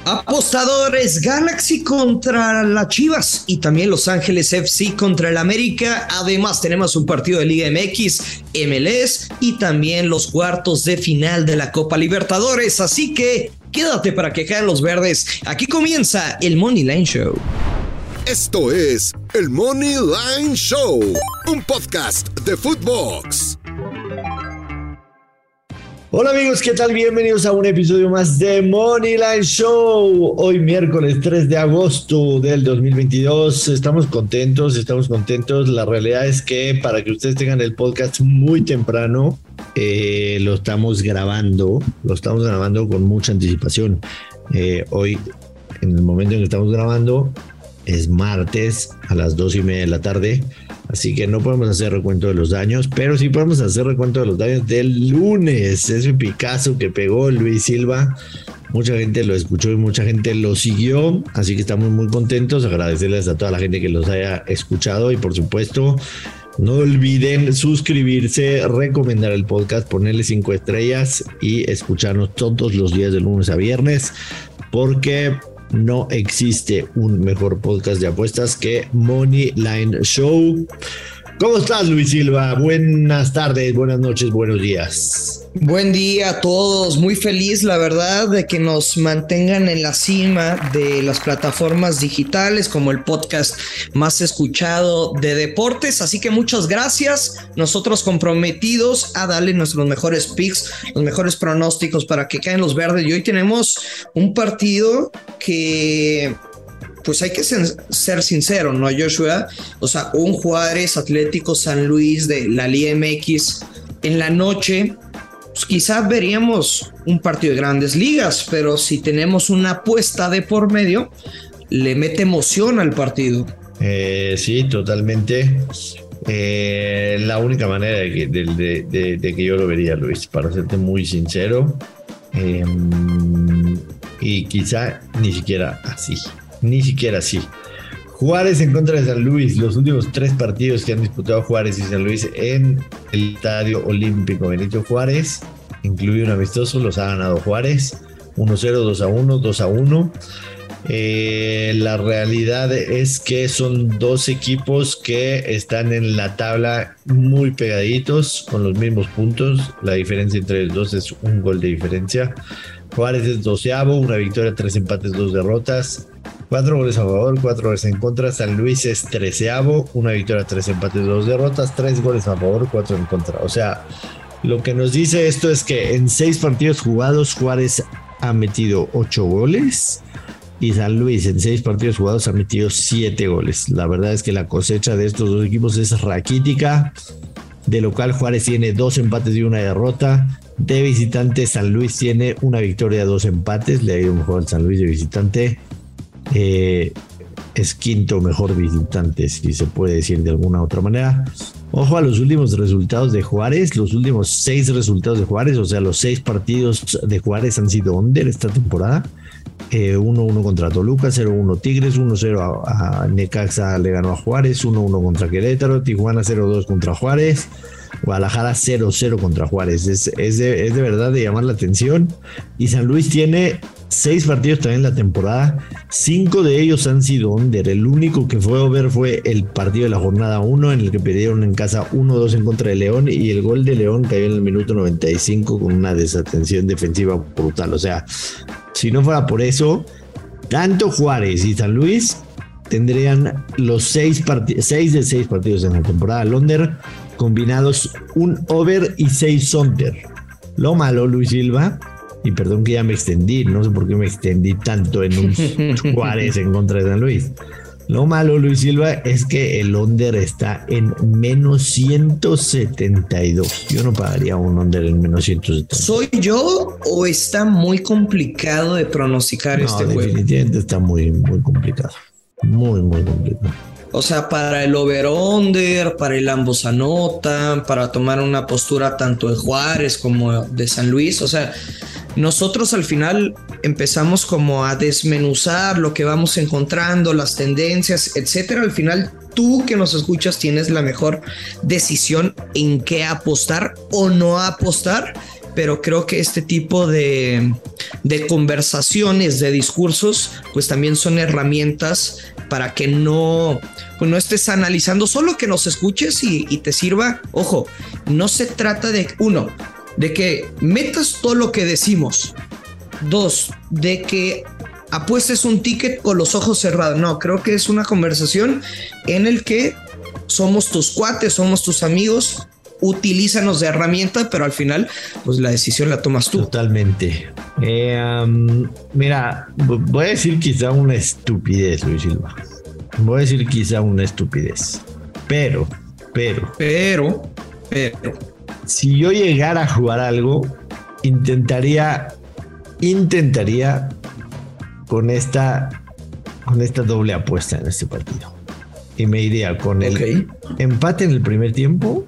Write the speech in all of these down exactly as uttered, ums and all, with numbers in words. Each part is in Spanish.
Apostadores, Galaxy contra las Chivas y también Los Ángeles F C contra el América. Además tenemos un partido de Liga M X, M L S y también los cuartos de final de la Copa Libertadores. Así que quédate para que caigan los verdes. Aquí comienza el Money Line Show. Esto es el Money Line Show, un podcast de Footbox. Hola amigos, ¿qué tal? Bienvenidos a un episodio más de Money Line Show. Hoy miércoles tres de agosto del dos mil veintidós. Estamos contentos, estamos contentos. La realidad es que para que ustedes tengan el podcast muy temprano, eh, lo estamos grabando, lo estamos grabando con mucha anticipación. Eh, hoy, en el momento en que estamos grabando, es martes a las dos y media de la tarde. Así que no podemos hacer recuento de los daños, pero sí podemos hacer recuento de los daños del lunes. Ese Picasso que pegó Luis Silva, mucha gente lo escuchó y mucha gente lo siguió, así que estamos muy contentos. Agradecerles a toda la gente que los haya escuchado y por supuesto no olviden suscribirse, recomendar el podcast, ponerle cinco estrellas y escucharnos todos los días de lunes a viernes, porque no existe un mejor podcast de apuestas que Money Line Show. ¿Cómo estás, Luis Silva? Buenas tardes, buenas noches, buenos días. Buen día a todos, muy feliz la verdad de que nos mantengan en la cima de las plataformas digitales como el podcast más escuchado de deportes, así que muchas gracias. Nosotros comprometidos a darle nuestros mejores picks, los mejores pronósticos para que caen los verdes, y hoy tenemos un partido que pues hay que ser sincero, ¿no, Joshua? O sea, un Juárez Atlético San Luis de la Liga M X en la noche, pues quizás veríamos un partido de grandes ligas, pero si tenemos una apuesta de por medio, le mete emoción al partido. Eh, sí, totalmente. Eh, la única manera de que, de, de, de, de que yo lo vería, Luis, para serte muy sincero, eh, y quizá ni siquiera así. Ni siquiera así. Juárez en contra de San Luis. Los últimos tres partidos que han disputado Juárez y San Luis en el Estadio Olímpico Benito Juárez, incluido un amistoso, los ha ganado Juárez uno cero, dos a uno, dos a uno. Eh, la realidad es que son dos equipos que están en la tabla muy pegaditos, con los mismos puntos. La diferencia entre los dos es un gol de diferencia. Juárez es doceavo, una victoria, tres empates, dos derrotas. Cuatro goles a favor, cuatro goles en contra. San Luis es treceavo, una victoria, tres empates, dos derrotas, tres goles a favor, cuatro en contra. O sea, lo que nos dice esto es que en seis partidos jugados Juárez ha metido ocho goles y San Luis en seis partidos jugados ha metido siete goles. La verdad es que la cosecha de estos dos equipos es raquítica. De local Juárez tiene dos empates y una derrota. De visitante San Luis tiene una victoria, dos empates. Le ha ido mejor al San Luis de visitante. Eh, es quinto mejor visitante, si se puede decir de alguna otra manera. Ojo a los últimos resultados de Juárez, los últimos seis resultados de Juárez, o sea, los seis partidos de Juárez han sido under esta temporada. eh, uno uno contra Toluca, cero uno Tigres, uno cero a, a Necaxa le ganó a Juárez, uno uno contra Querétaro, Tijuana cero dos contra Juárez, Guadalajara cero cero contra Juárez. Es, es, de, es de verdad de llamar la atención. Y San Luis tiene seis partidos también en la temporada, cinco de ellos han sido under. El único que fue over fue el partido de la jornada uno, en el que perdieron en casa uno dos en contra de León, y el gol de León cayó en el minuto noventa y cinco con una desatención defensiva brutal. O sea, si no fuera por eso, tanto Juárez y San Luis tendrían los seis, part- seis de seis partidos en la temporada al under, combinados un over y seis under. Lo malo, Luis Silva, y perdón que ya me extendí, no sé por qué me extendí tanto en un Juárez en contra de San Luis. Lo malo, Luis Silva, es que el under está en menos ciento setenta y dos. Yo no pagaría un under en menos ciento setenta. ¿Soy yo o está muy complicado de pronosticar no, este juego? Definitivamente está muy, muy complicado. Muy, muy complicado. O sea, para el over-under, para el ambos anotan, para tomar una postura tanto de Juárez como de San Luis. O sea, nosotros al final empezamos como a desmenuzar lo que vamos encontrando, las tendencias, etcétera. Al final, tú que nos escuchas tienes la mejor decisión en qué apostar o no apostar. pero creo que este tipo de, de conversaciones, de discursos, pues también son herramientas para que no, pues no estés analizando, solo que nos escuches y, y te sirva. Ojo, no se trata de, uno, de que metas todo lo que decimos. Dos, de que apuestes un ticket con los ojos cerrados. No, creo que es una conversación en el que somos tus cuates, somos tus amigos, utilízanos de herramienta, pero al final, pues la decisión la tomas tú. Totalmente. Eh, um, mira, voy a decir quizá una estupidez, Luis Silva. Voy a decir quizá una estupidez. Pero, pero, pero, pero, si yo llegara a jugar algo, intentaría, intentaría con esta, con esta doble apuesta en este partido. Y me iría con el okay. empate en el primer tiempo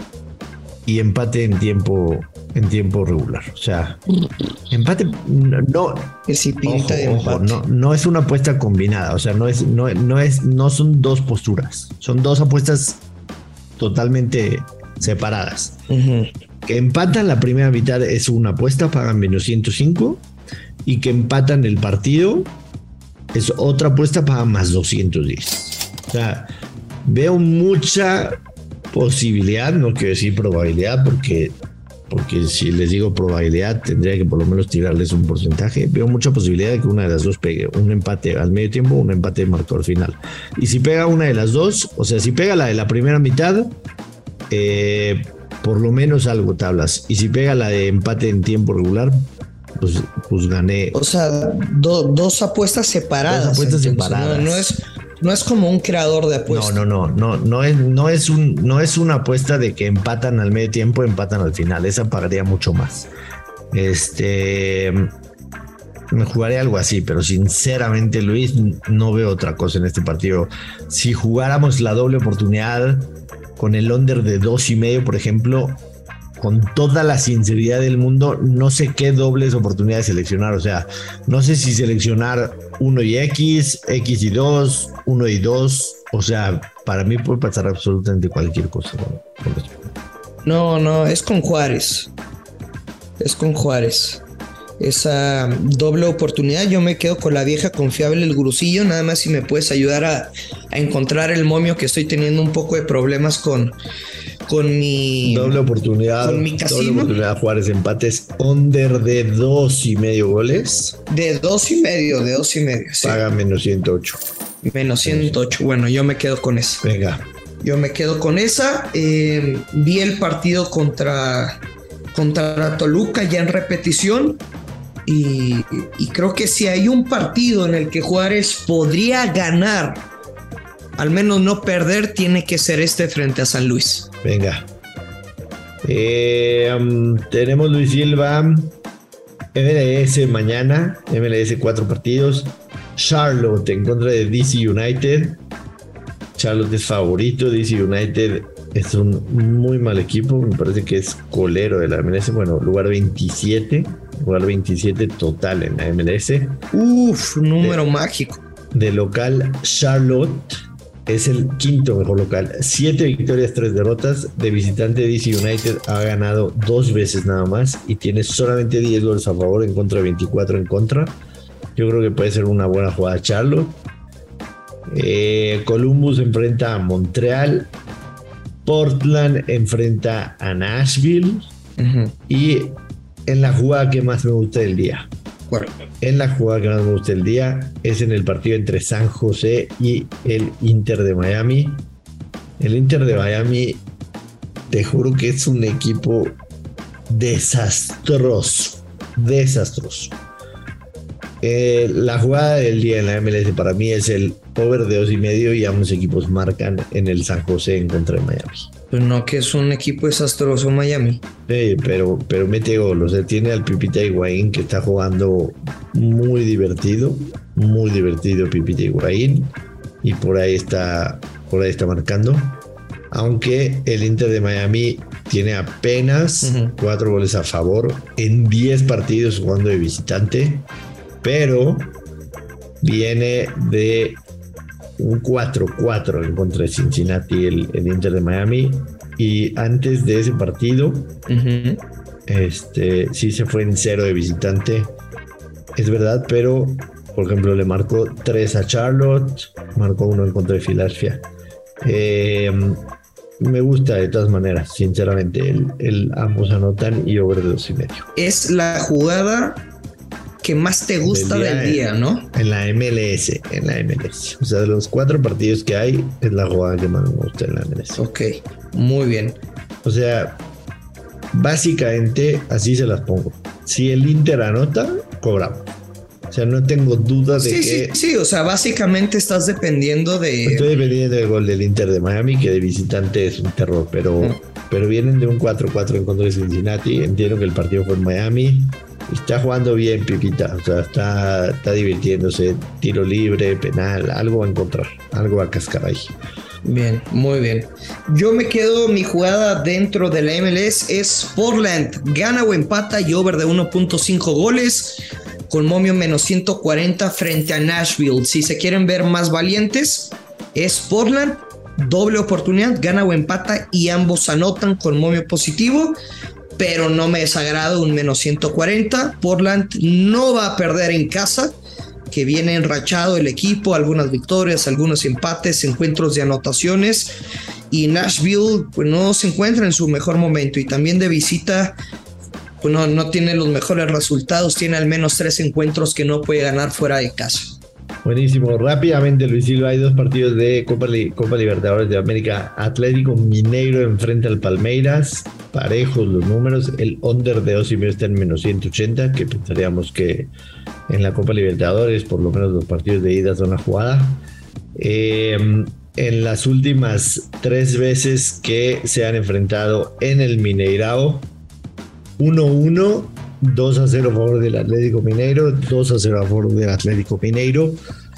y empate en tiempo en tiempo regular. O sea, empate no, no, ojo, de ojo, no, no es una apuesta combinada. O sea, no es, no, no es, no son dos posturas. Son dos apuestas totalmente separadas. Uh-huh. Que empatan la primera mitad es una apuesta, pagan menos ciento cinco, y que empatan el partido es otra apuesta, pagan más doscientos diez. O sea, veo mucha posibilidad, no quiero decir probabilidad, porque, porque si les digo probabilidad tendría que por lo menos tirarles un porcentaje. Veo mucha posibilidad de que una de las dos pegue, un empate al medio tiempo, un empate de marcador final. Y si pega una de las dos, o sea, si pega la de la primera mitad, eh, por lo menos algo tablas. Y si pega la de empate en tiempo regular, pues, pues gané. O sea, do, dos apuestas separadas. Dos apuestas entonces, separadas. No, no es... No es como un creador de apuestas. No, no, no, no, no es, no es un, no es una apuesta de que empatan al medio tiempo, empatan al final. Esa pagaría mucho más. Este, me jugaré algo así, pero sinceramente, Luis, no veo otra cosa en este partido. Si jugáramos la doble oportunidad con el under de dos y medio, por ejemplo, con toda la sinceridad del mundo, no sé qué dobles oportunidades seleccionar. O sea, no sé si seleccionar uno y X, X y dos, uno y dos. O sea, para mí puede pasar absolutamente cualquier cosa con, con eso. No, no, es con Juárez. Es con Juárez. Esa doble oportunidad, yo me quedo con la vieja confiable, el gurusillo. Nada más si me puedes ayudar a, a encontrar el momio, que estoy teniendo un poco de problemas con... con mi doble oportunidad, con mi casino. Doble oportunidad Juárez, empates under de dos y medio goles. De dos y medio, de dos y medio. Sí. Paga menos ciento ocho. Menos ciento ocho. Bueno, yo me quedo con esa. Venga. Yo me quedo con esa. Eh, vi el partido contra, contra Toluca ya en repetición. Y, y creo que si hay un partido en el que Juárez podría ganar, al menos no perder, tiene que ser este frente a San Luis. Venga. Eh, um, tenemos Luis Silva. M L S mañana. M L S cuatro partidos. Charlotte en contra de D C United. Charlotte es favorito. D C United es un muy mal equipo. Me parece que es colero de la M L S. Bueno, lugar veintisiete. Lugar veintisiete total en la M L S. Uf, número de, mágico. De local, Charlotte es el quinto mejor local. Siete victorias, tres derrotas. De visitante, D C United ha ganado dos veces nada más y tiene solamente diez goles a favor, en contra de veinticuatro en contra. Yo creo que puede ser una buena jugada Charlotte. Eh, Columbus enfrenta a Montreal. Portland enfrenta a Nashville. Uh-huh. Y en la jugada que más me gusta del día. Bueno. En la jugada que más me gusta del día es en el partido entre San José y el Inter de Miami. El Inter de Miami, te juro que es un equipo desastroso. Desastroso. Eh, la jugada del día en la M L S para mí es el over de dos y medio y ambos equipos marcan en el San José en contra de Miami. Pues no, que es un equipo desastroso Miami. Sí, pero, pero mete gol. O sea, tiene al Pipita Higuaín que está jugando muy divertido. Muy divertido Pipita Higuaín. Y por ahí está, por ahí está marcando. Aunque el Inter de Miami tiene apenas uh-huh. cuatro goles a favor en diez partidos jugando de visitante. Pero viene de un cuatro cuatro en contra de Cincinnati, el, el Inter de Miami. Y antes de ese partido, uh-huh. Este, sí se fue en cero de visitante, es verdad, pero por ejemplo le marcó tres a Charlotte, marcó uno en contra de Filadelfia. Eh, me gusta de todas maneras, sinceramente, el, el ambos anotan y over de dos y medio. Es la jugada que más te gusta del día, del día en, ¿no? En la M L S, en la M L S. O sea, de los cuatro partidos que hay, es la jugada que más me gusta en la M L S. Ok, muy bien. O sea, básicamente así se las pongo. Si el Inter anota, cobramos. O sea, no tengo dudas de sí, que... Sí, sí, o sea, básicamente estás dependiendo de... Estoy dependiendo del gol del Inter de Miami, que de visitante es un terror, pero, uh-huh. pero vienen de un cuatro cuatro en contra de Cincinnati. Entiendo que el partido fue en Miami. Está jugando bien, Pipita. O sea, está, está divirtiéndose. Tiro libre, penal, algo va a encontrar. Algo va a cascar ahí. Bien, muy bien. Yo me quedo, mi jugada dentro de la M L S es Portland. Gana o empata y over de uno punto cinco goles. Con momio menos ciento cuarenta frente a Nashville. Si se quieren ver más valientes, es Portland, doble oportunidad, gana o empata y ambos anotan con momio positivo, pero no me desagrada un menos ciento cuarenta. Portland no va a perder en casa, que viene enrachado el equipo, algunas victorias, algunos empates, encuentros de anotaciones, y Nashville pues no se encuentra en su mejor momento y también de visita pues no, no tiene los mejores resultados, tiene al menos tres encuentros que no puede ganar fuera de casa. Buenísimo, rápidamente Luis Silva, hay dos partidos de Copa, Copa Libertadores de América. Atlético Mineiro enfrenta al Palmeiras, parejos los números, el under de dos y medio está en menos ciento ochenta, que pensaríamos que en la Copa Libertadores por lo menos los partidos de ida son la jugada. Eh, en las últimas tres veces que se han enfrentado en el Mineirao, uno uno, dos a cero a favor del Atlético Mineiro, dos a cero a favor del Atlético Mineiro.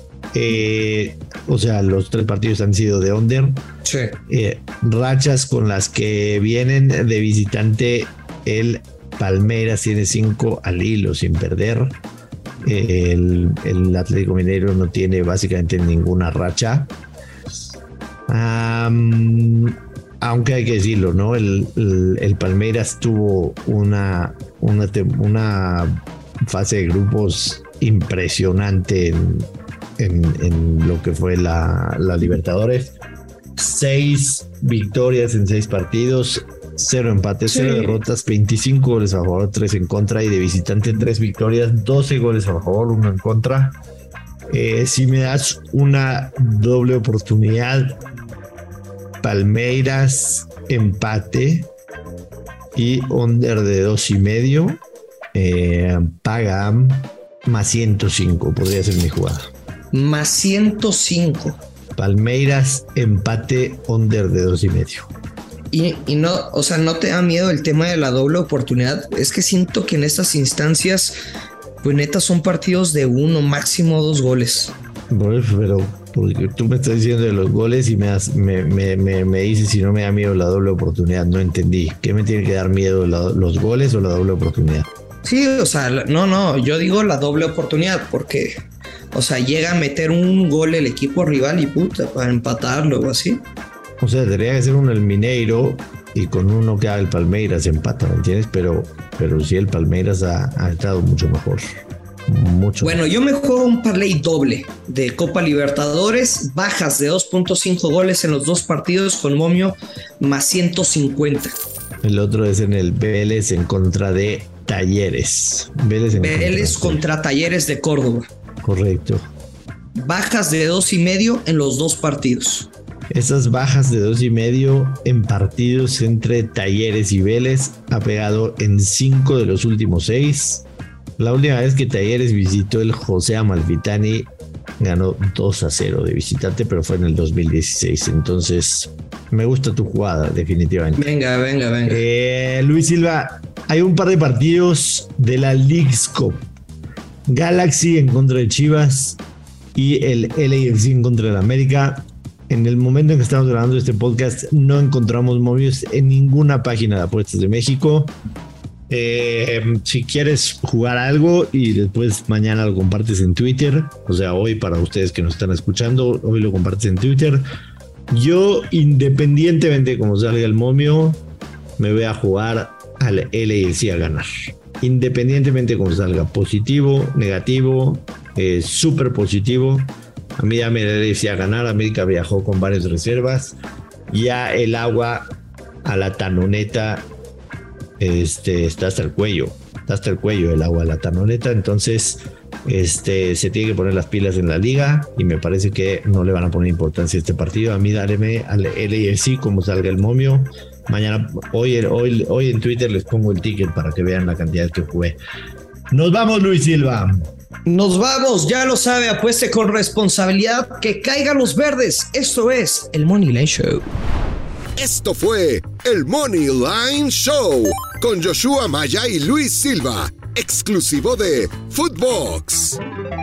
Eh, o sea, los tres partidos han sido de under. Sí. Eh, rachas con las que vienen de visitante, el Palmeiras tiene cinco al hilo sin perder. Eh, el, el Atlético Mineiro no tiene básicamente ninguna racha. Um, Aunque hay que decirlo, ¿no? El, el, el Palmeiras tuvo una, una, una fase de grupos impresionante en, en, en lo que fue la, la Libertadores. Seis victorias en seis partidos, cero empates, sí. cero derrotas, veinticinco goles a favor, tres en contra, y de visitante tres victorias, doce goles a favor, uno en contra. Eh, si me das una doble oportunidad, Palmeiras empate y under de dos y medio, eh, paga más ciento cinco, podría ser mi jugada. Más ciento cinco. Palmeiras empate, under de dos y medio. Y, y no, o sea, no te da miedo el tema de la doble oportunidad. Es que siento que en estas instancias, pues neta, son partidos de uno, máximo dos goles. Pero porque tú me estás diciendo de los goles y me, das, me, me, me, me dices si no me da miedo la doble oportunidad. No entendí. ¿Qué me tiene que dar miedo, la, los goles o la doble oportunidad? Sí, o sea, no, no, yo digo la doble oportunidad porque, o sea, llega a meter un gol el equipo rival y puta, para empatarlo o así. O sea, tendría que ser uno el Mineiro y con uno que haga el Palmeiras se empata, ¿me entiendes? Pero, pero sí, el Palmeiras ha, ha estado mucho mejor. Mucho bueno, mejor. Yo me juego un parlay doble de Copa Libertadores, bajas de dos punto cinco goles en los dos partidos con momio más ciento cincuenta. El otro es en el Vélez en contra de Talleres. Vélez, en Vélez contra, contra Talleres de Córdoba. Correcto. Bajas de dos y medio en los dos partidos. Esas bajas de dos y medio en partidos entre Talleres y Vélez ha pegado en cinco de los últimos seis. La última vez que Talleres visitó el José Amalfitani ganó dos a cero de visitante, pero fue en el dos mil dieciséis. Entonces, me gusta tu jugada, definitivamente. Venga, venga, venga. Eh, Luis Silva, hay un par de partidos de la Leagues Cup. Galaxy en contra de Chivas y el L A F C en contra de América. En el momento en que estamos grabando este podcast, no encontramos momios en ninguna página de apuestas de México. Eh, si quieres jugar algo y después mañana lo compartes en Twitter, o sea, hoy para ustedes que nos están escuchando, hoy lo compartes en Twitter. Yo, independientemente de cómo salga el momio, me voy a jugar al L A F C a ganar. Independientemente de cómo salga, positivo, negativo, eh, súper positivo. A mí ya me decía ganar. América viajó con varias reservas. Ya el agua a la tanoneta este, está hasta el cuello. Está hasta el cuello el agua a la tanoneta. Entonces este, se tiene que poner las pilas en la liga. Y me parece que no le van a poner importancia a este partido. A mí dáleme al L A F C como salga el momio. Mañana, hoy, hoy, hoy en Twitter les pongo el ticket para que vean la cantidad que jugué. Nos vamos, Luis Silva. Nos vamos, ya lo sabe, apueste con responsabilidad, que caigan los verdes. Esto es el Money Line Show. Esto fue el Money Line Show con Joshua Maya y Luis Silva, exclusivo de Footbox.